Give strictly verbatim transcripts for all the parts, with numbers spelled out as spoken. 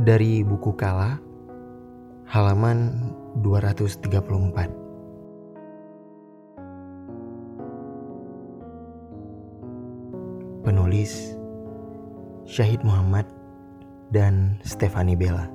Dari buku Kala, halaman dua ratus tiga puluh empat. Penulis Syahid Muhammad dan Stefani Bella.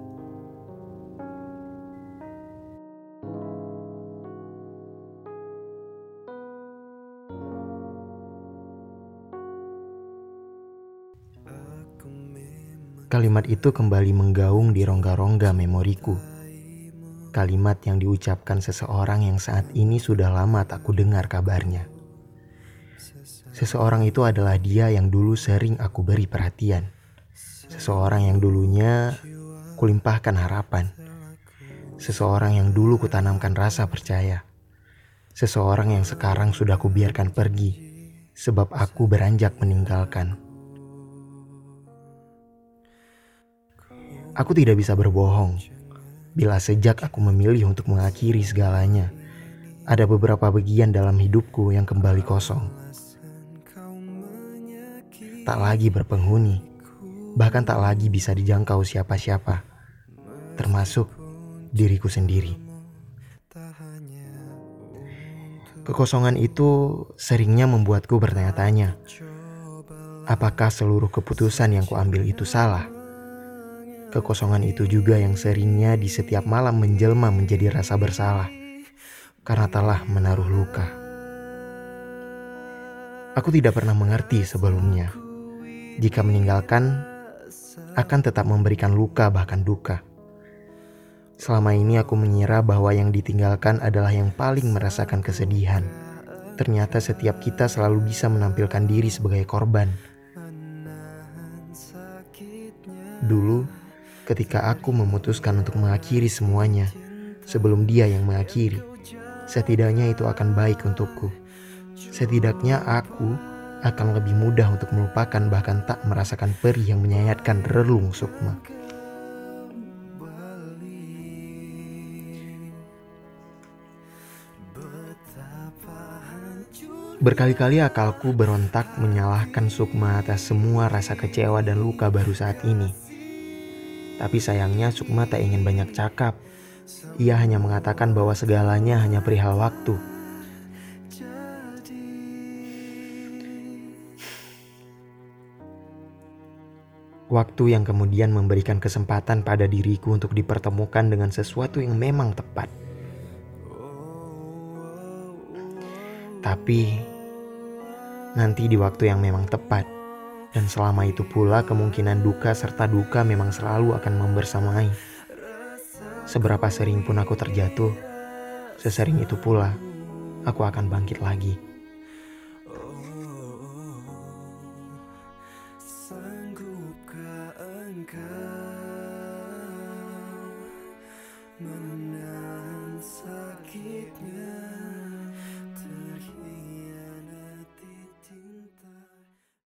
Kalimat itu kembali menggaung di rongga-rongga memoriku. Kalimat yang diucapkan seseorang yang saat ini sudah lama tak kudengar kabarnya. Seseorang itu adalah dia yang dulu sering aku beri perhatian. Seseorang yang dulunya kulimpahkan harapan. Seseorang yang dulu kutanamkan rasa percaya. Seseorang yang sekarang sudah kubiarkan pergi, sebab aku beranjak meninggalkan. Aku tidak bisa berbohong bila sejak aku memilih untuk mengakhiri segalanya, ada beberapa bagian dalam hidupku yang kembali kosong. Tak lagi berpenghuni, bahkan tak lagi bisa dijangkau siapa-siapa, termasuk diriku sendiri. Kekosongan itu seringnya membuatku bertanya-tanya, apakah seluruh keputusan yang kuambil itu salah? Kekosongan itu juga yang seringnya di setiap malam menjelma menjadi rasa bersalah karena telah menaruh luka. Aku tidak pernah mengerti sebelumnya jika meninggalkan akan tetap memberikan luka bahkan duka. Selama ini aku mengira bahwa yang ditinggalkan adalah yang paling merasakan kesedihan. Ternyata setiap kita selalu bisa menampilkan diri sebagai korban. Dulu, ketika aku memutuskan untuk mengakhiri semuanya, sebelum dia yang mengakhiri, setidaknya itu akan baik untukku. Setidaknya aku akan lebih mudah untuk melupakan bahkan tak merasakan perih yang menyayatkan relung sukma. Berkali-kali akalku berontak menyalahkan Sukma atas semua rasa kecewa dan luka baru saat ini. Tapi sayangnya Sukma tak ingin banyak cakap. Ia hanya mengatakan bahwa segalanya hanya perihal waktu. Waktu yang kemudian memberikan kesempatan pada diriku untuk dipertemukan dengan sesuatu yang memang tepat. Tapi nanti di waktu yang memang tepat, dan selama itu pula kemungkinan duka serta duka memang selalu akan membersamai. Seberapa sering pun aku terjatuh, sesering itu pula aku akan bangkit lagi. Sanggupkah engkau